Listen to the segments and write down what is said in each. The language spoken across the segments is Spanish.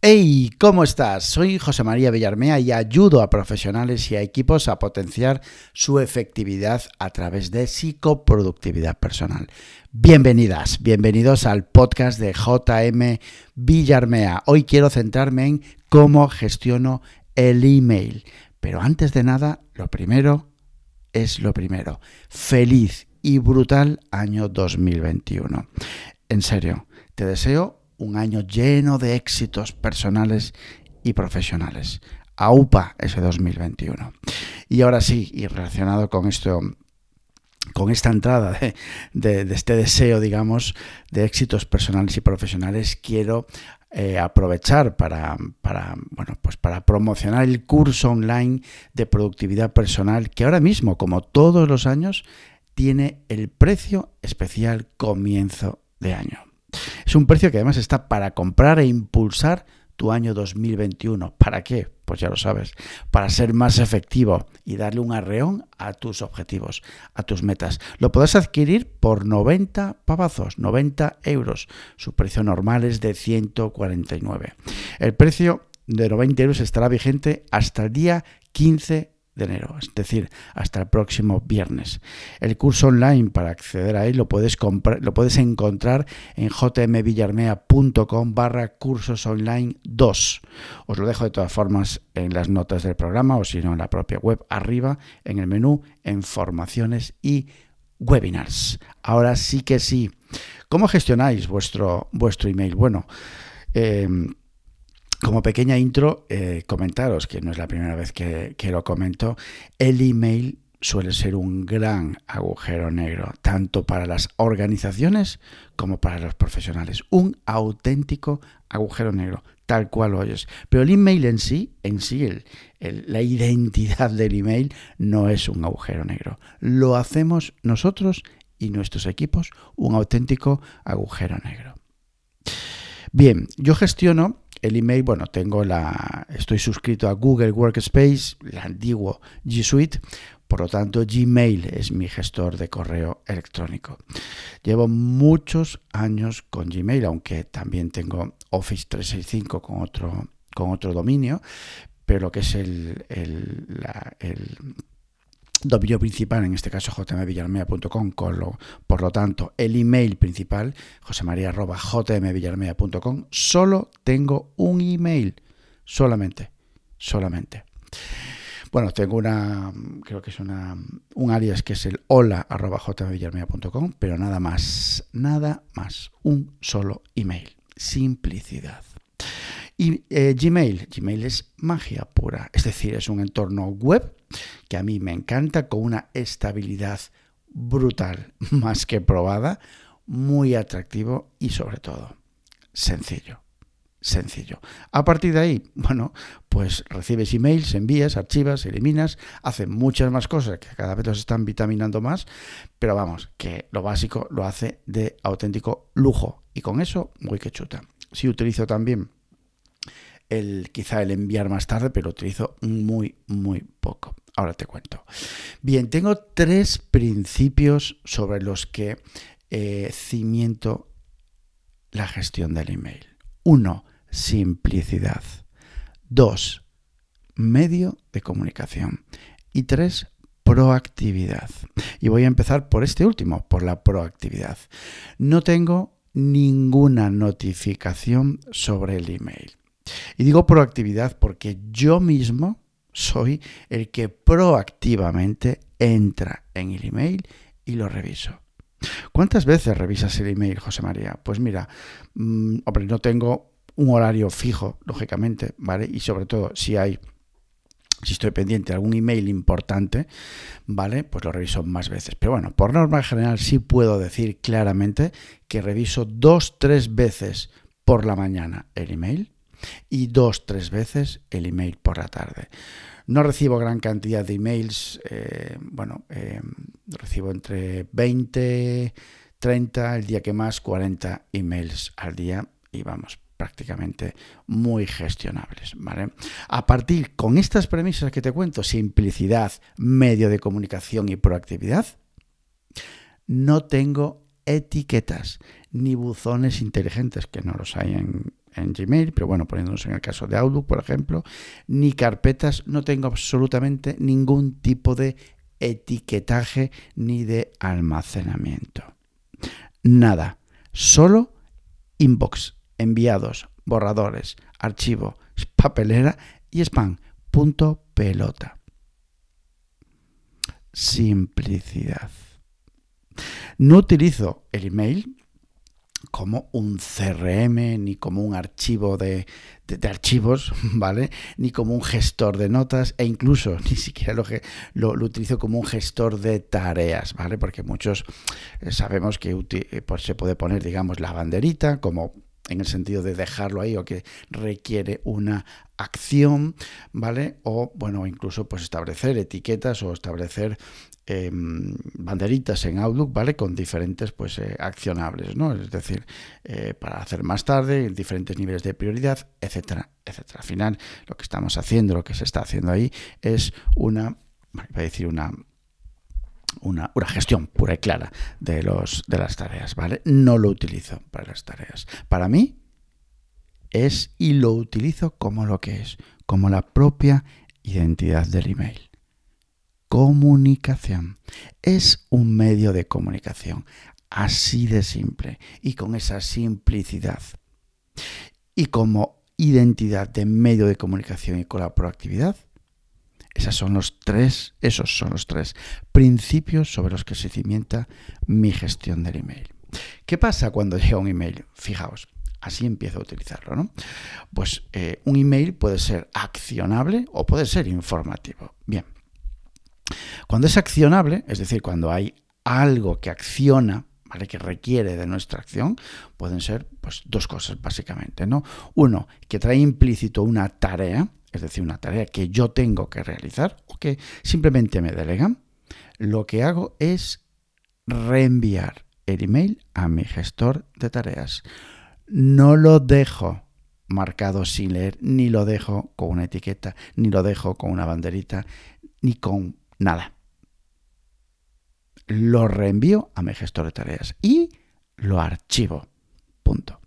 Hey, ¿cómo estás? Soy José María Villarmea y ayudo a profesionales y a equipos a potenciar su efectividad a través de psicoproductividad personal. Bienvenidas, bienvenidos al podcast de JM Villarmea. Hoy quiero centrarme en cómo gestiono el email. Pero antes de nada, lo primero es lo primero. Feliz y brutal año 2021. En serio, te deseo un año lleno de éxitos personales y profesionales. AUPA ese 2021. Y ahora sí, y relacionado con esto, con esta entrada de este deseo, digamos, de éxitos personales y profesionales, quiero aprovechar para promocionar el curso online de productividad personal que ahora mismo, como todos los años, tiene el precio especial comienzo de año. Es un precio que además está para comprar e impulsar tu año 2021. ¿Para qué? Pues ya lo sabes, para ser más efectivo y darle un arreón a tus objetivos, a tus metas. Lo podrás adquirir por 90 pavazos, 90 euros. Su precio normal es de 149. El precio de 90 euros estará vigente hasta el día 15 de enero, es decir, hasta el próximo viernes. El curso online, para acceder a él, lo puedes encontrar en jmvillarmea.com/cursos online 2. Os lo dejo de todas formas en las notas del programa o si no en la propia web, arriba en el menú en formaciones y webinars. Ahora sí que sí. ¿Cómo gestionáis vuestro email? Bueno, como pequeña intro, comentaros, que no es la primera vez que lo comento, el email suele ser un gran agujero negro, tanto para las organizaciones como para los profesionales. Un auténtico agujero negro, tal cual lo oyes. Pero el email en sí, la identidad del email no es un agujero negro. Lo hacemos nosotros y nuestros equipos un auténtico agujero negro. Bien, yo gestiono el email, estoy suscrito a Google Workspace, el antiguo G Suite, por lo tanto Gmail es mi gestor de correo electrónico. Llevo muchos años con Gmail, aunque también tengo Office 365 con otro dominio, pero lo que es el dominio principal, en este caso jmvillarmea.com, por lo tanto el email principal josemaria@jmvillarmea.com. Solo tengo un email, solamente. Bueno, tengo un alias que es el hola@jmvillarmea.com, pero nada más, un solo email, simplicidad. Y Gmail es magia pura, es decir, es un entorno web que a mí me encanta, con una estabilidad brutal, más que probada, muy atractivo y sobre todo sencillo. A partir de ahí, pues recibes emails, envías, archivas, eliminas, hace muchas más cosas que cada vez los están vitaminando más, pero vamos, que lo básico lo hace de auténtico lujo y con eso muy que chuta. Sí utilizo también quizá el enviar más tarde, pero lo utilizo muy, muy poco. Ahora te cuento. Bien, tengo 3 principios sobre los que cimiento la gestión del email. 1, simplicidad. 2, medio de comunicación. Y 3, proactividad. Y voy a empezar por este último, por la proactividad. No tengo ninguna notificación sobre el email. Y digo proactividad porque yo mismo soy el que proactivamente entra en el email y lo reviso. ¿Cuántas veces revisas el email, José María? Pues mira, no tengo un horario fijo, lógicamente, ¿vale? Y sobre todo, si estoy pendiente de algún email importante, ¿vale? Pues lo reviso más veces. Pero bueno, por norma general sí puedo decir claramente que reviso 2-3 veces por la mañana el email y 2-3 veces el email por la tarde. No recibo gran cantidad de emails, recibo entre 20, 30, el día que más, 40 emails al día y prácticamente muy gestionables, ¿vale? A partir con estas premisas que te cuento, simplicidad, medio de comunicación y proactividad, no tengo etiquetas ni buzones inteligentes, que no los hay en Gmail, pero bueno, poniéndonos en el caso de Outlook, por ejemplo, ni carpetas, no tengo absolutamente ningún tipo de etiquetaje ni de almacenamiento. Nada, solo inbox, enviados, borradores, archivo, papelera y spam. Punto pelota. Simplicidad. No utilizo el email como un CRM, ni como un archivo de archivos, ¿vale? Ni como un gestor de notas, e incluso ni siquiera lo utilizo como un gestor de tareas, ¿vale? Porque muchos sabemos que pues se puede poner, digamos, la banderita como en el sentido de dejarlo ahí o que requiere una acción, ¿vale? O, bueno, incluso pues establecer etiquetas o establecer banderitas en Outlook, ¿vale? Con diferentes pues accionables, ¿no? Es decir, para hacer más tarde, diferentes niveles de prioridad, etcétera, etcétera. Al final, lo que estamos haciendo, lo que se está haciendo ahí es una gestión pura y clara de las tareas, ¿vale? No lo utilizo para las tareas. Para mí es, y lo utilizo como lo que es, como la propia identidad del email. Comunicación. Es un medio de comunicación, así de simple, y con esa simplicidad. Y como identidad de medio de comunicación y con la proactividad, esos son los tres principios sobre los que se cimienta mi gestión del email. ¿Qué pasa cuando llega un email? Fijaos, así empiezo a utilizarlo, ¿no? Pues un email puede ser accionable o puede ser informativo. Bien, cuando es accionable, es decir, cuando hay algo que acciona, ¿vale? Que requiere de nuestra acción, pueden ser pues dos cosas básicamente, ¿no? Uno, que trae implícito una tarea, es decir, una tarea que yo tengo que realizar o que simplemente me delegan. Lo que hago es reenviar el email a mi gestor de tareas. No lo dejo marcado sin leer, ni lo dejo con una etiqueta, ni lo dejo con una banderita, ni con nada. Lo reenvío a mi gestor de tareas y lo archivo. Punto.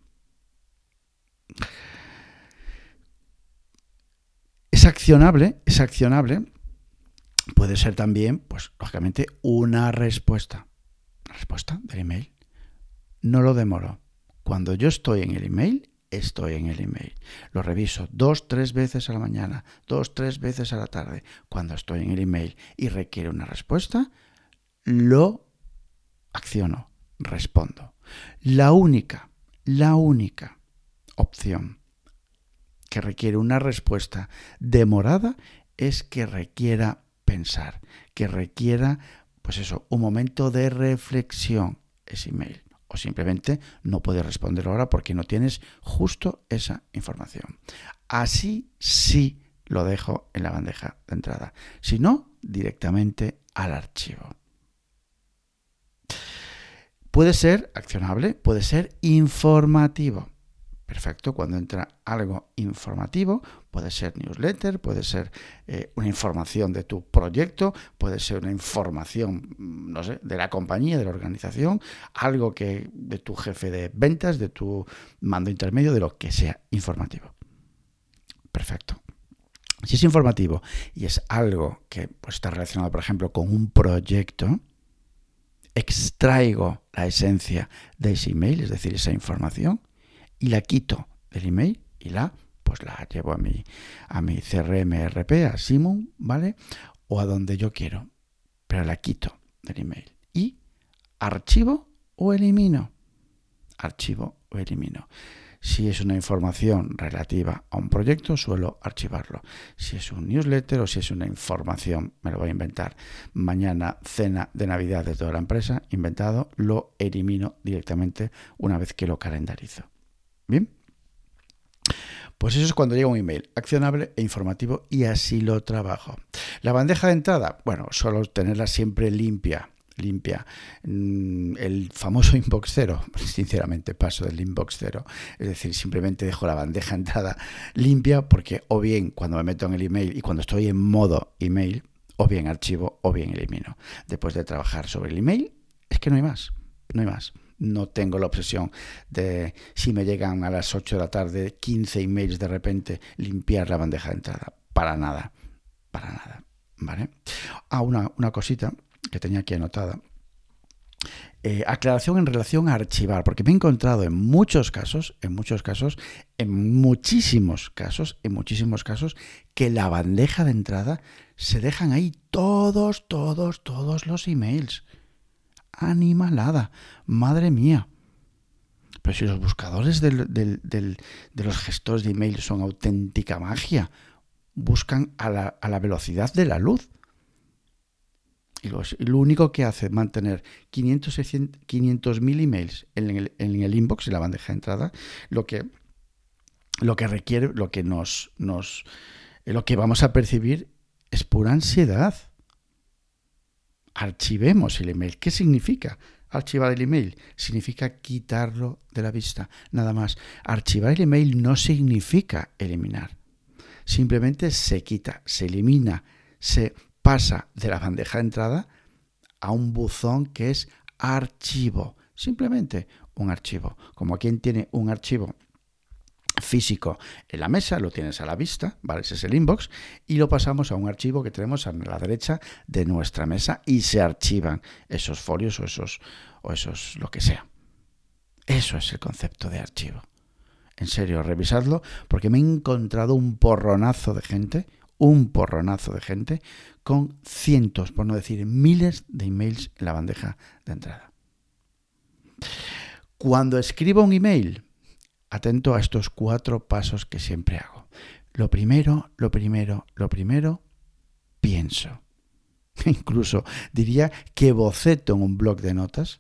Es accionable, puede ser también, pues lógicamente, una respuesta. La respuesta del email. No lo demoro. Cuando yo estoy en el email, estoy en el email. Lo reviso 2-3 veces a la mañana, 2-3 veces a la tarde. Cuando estoy en el email y requiere una respuesta, lo acciono, respondo. La única opción que requiere una respuesta demorada es que requiera pensar, que requiera, pues eso, un momento de reflexión ese email. O simplemente no puedes responder ahora porque no tienes justo esa información. Así sí lo dejo en la bandeja de entrada. Si no, directamente al archivo. Puede ser accionable, puede ser informativo. Perfecto, cuando entra algo informativo, puede ser newsletter, puede ser una información de tu proyecto, puede ser una información, no sé, de la compañía, de la organización, algo que de tu jefe de ventas, de tu mando intermedio, de lo que sea informativo. Perfecto. Si es informativo y es algo que pues, está relacionado, por ejemplo, con un proyecto, extraigo la esencia de ese email, es decir, esa información, y la quito del email y la llevo a mi CRM RP, a Simon, ¿vale? O a donde yo quiero, pero la quito del email. Y archivo o elimino. Archivo o elimino. Si es una información relativa a un proyecto, suelo archivarlo. Si es un newsletter o si es una información, me lo voy a inventar. Mañana, cena de Navidad de toda la empresa, inventado, lo elimino directamente una vez que lo calendarizo. ¿Bien? Pues eso es cuando llega un email accionable e informativo y así lo trabajo. La bandeja de entrada, bueno, suelo tenerla siempre limpia. El famoso inbox cero, sinceramente paso del inbox cero, es decir, simplemente dejo la bandeja de entrada limpia porque o bien cuando me meto en el email y cuando estoy en modo email, o bien archivo o bien elimino. Después de trabajar sobre el email, es que no hay más. No tengo la obsesión de, si me llegan a las 8 de la tarde 15 emails de repente, limpiar la bandeja de entrada. Para nada, ¿vale? Una cosita que tenía aquí anotada. Aclaración en relación a archivar, porque me he encontrado en muchísimos casos, que la bandeja de entrada se dejan ahí todos los emails. Animalada, madre mía. Pero si los buscadores de los gestores de email son auténtica magia, buscan a la velocidad de la luz. Y lo único que hace es mantener 500.000 emails en el inbox, en la bandeja de entrada, lo que requiere, lo que vamos a percibir es pura ansiedad. Archivemos el email. ¿Qué significa archivar el email? Significa quitarlo de la vista, nada más. Archivar el email no significa eliminar. Simplemente se quita, se elimina, se pasa de la bandeja de entrada a un buzón que es archivo. Simplemente un archivo. Como quien tiene un archivo físico en la mesa, lo tienes a la vista, ¿vale? Ese es el inbox, y lo pasamos a un archivo que tenemos a la derecha de nuestra mesa y se archivan esos folios o esos lo que sea. Eso es el concepto de archivo. En serio, revisadlo, porque me he encontrado un porronazo de gente con cientos, por no decir miles de emails en la bandeja de entrada. Cuando escribo un email, atento a estos 4 pasos que siempre hago. Lo primero, pienso. Incluso diría que boceto en un bloc de notas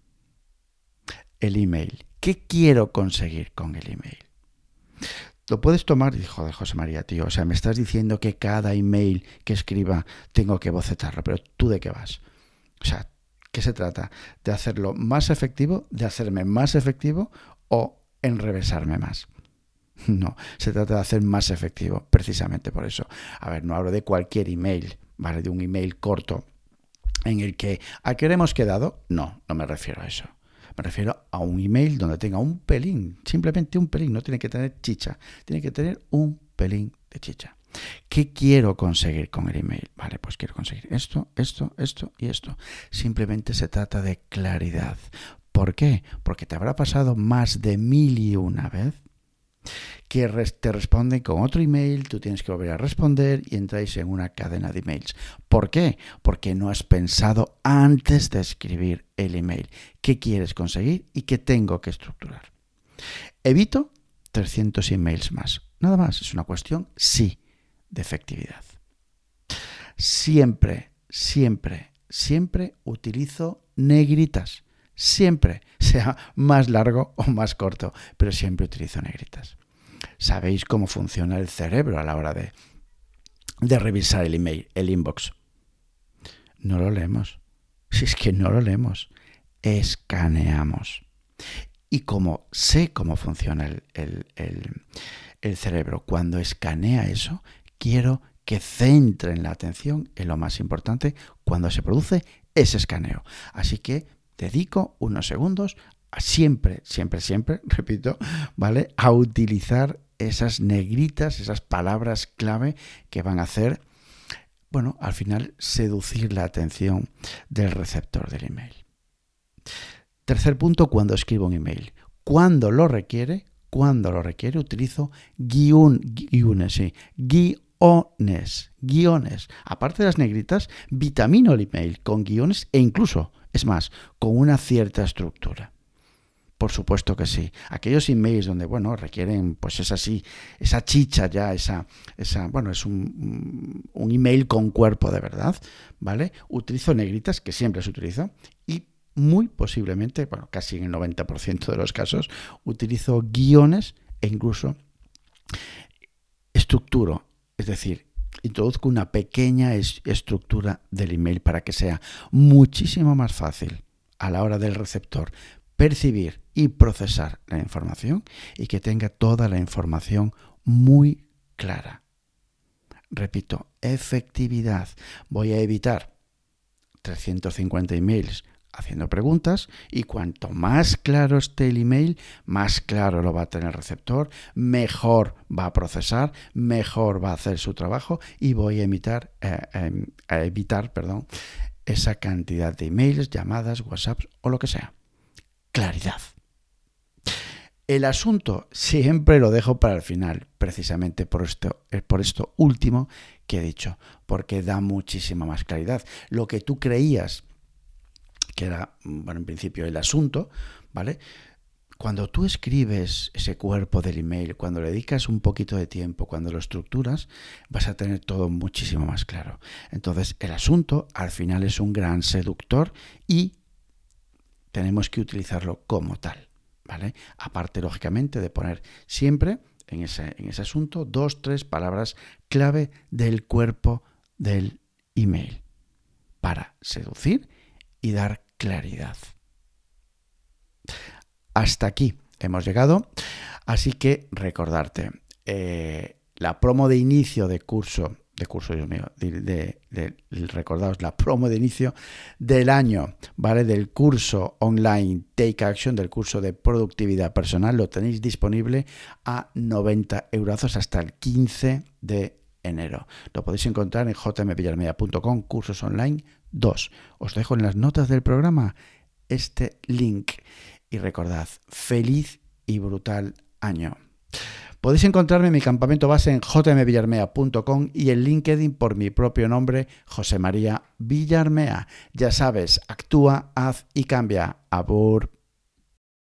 el email. ¿Qué quiero conseguir con el email? Lo puedes tomar y joder, José María, tío, o sea, me estás diciendo que cada email que escriba tengo que bocetarlo, pero ¿tú de qué vas? O sea, ¿qué se trata? ¿De hacerlo más efectivo? ¿De hacerme más efectivo? ¿O enrevesarme más? No, se trata de hacer más efectivo, precisamente por eso. A ver, no hablo de cualquier email, ¿vale? De un email corto en el que ¿a qué hemos quedado? No me refiero a eso. Me refiero a un email donde tenga un pelín, simplemente un pelín, no tiene que tener chicha, tiene que tener un pelín de chicha. ¿Qué quiero conseguir con el email? Vale, pues quiero conseguir esto y esto. Simplemente se trata de claridad. ¿Por qué? Porque te habrá pasado más de 1001 vez que te responden con otro email, tú tienes que volver a responder y entráis en una cadena de emails. ¿Por qué? Porque no has pensado antes de escribir el email. ¿Qué quieres conseguir y qué tengo que estructurar? Evito 300 emails más. Nada más, es una cuestión, sí, de efectividad. Siempre utilizo negritas. Siempre, sea más largo o más corto, pero siempre utilizo negritas. ¿Sabéis cómo funciona el cerebro a la hora de revisar el email, el inbox? No lo leemos. Si es que no lo leemos, escaneamos. Y como sé cómo funciona el cerebro, cuando escanea eso, quiero que centren la atención en lo más importante cuando se produce ese escaneo. Así que dedico unos segundos a siempre, repito, ¿vale? A utilizar esas negritas, esas palabras clave que van a hacer, bueno, al final seducir la atención del receptor del email. Tercer punto, cuando escribo un email. Cuando lo requiere, utilizo guiones. Aparte de las negritas, vitamino el email con guiones e incluso, es más, con una cierta estructura. Por supuesto que sí. Aquellos emails donde, bueno, requieren, pues es así, esa chicha ya, bueno, es un email con cuerpo de verdad, ¿vale? Utilizo negritas, que siempre se utiliza, y muy posiblemente, bueno, casi en el 90% de los casos, utilizo guiones e incluso estructuro, es decir, introduzco una pequeña estructura del email para que sea muchísimo más fácil a la hora del receptor percibir y procesar la información y que tenga toda la información muy clara. Repito, efectividad. Voy a evitar 350 emails haciendo preguntas, y cuanto más claro esté el email, más claro lo va a tener el receptor, mejor va a procesar, mejor va a hacer su trabajo y voy a evitar esa cantidad de emails, llamadas, WhatsApps o lo que sea. Claridad. El asunto siempre lo dejo para el final, precisamente por esto último que he dicho, porque da muchísima más claridad. Lo que tú creías que era, bueno, en principio el asunto, ¿vale? Cuando tú escribes ese cuerpo del email, cuando le dedicas un poquito de tiempo, cuando lo estructuras, vas a tener todo muchísimo más claro. Entonces, el asunto al final es un gran seductor y tenemos que utilizarlo como tal, ¿vale? Aparte, lógicamente, de poner siempre en ese asunto 2, 3 palabras clave del cuerpo del email para seducir y dar claridad. Hasta aquí hemos llegado, así que recordarte, la promo de inicio de curso, Dios mío, recordaos, la promo de inicio del año, ¿vale? Del curso online Take Action, del curso de productividad personal, lo tenéis disponible a 90 euros hasta el 15 de enero. Lo podéis encontrar en jmvillarmea.com, cursos online 2. Os dejo en las notas del programa este link. Y recordad, feliz y brutal año. Podéis encontrarme en mi campamento base en jmvillarmea.com y en LinkedIn por mi propio nombre, José María Villarmea. Ya sabes, actúa, haz y cambia. Abur.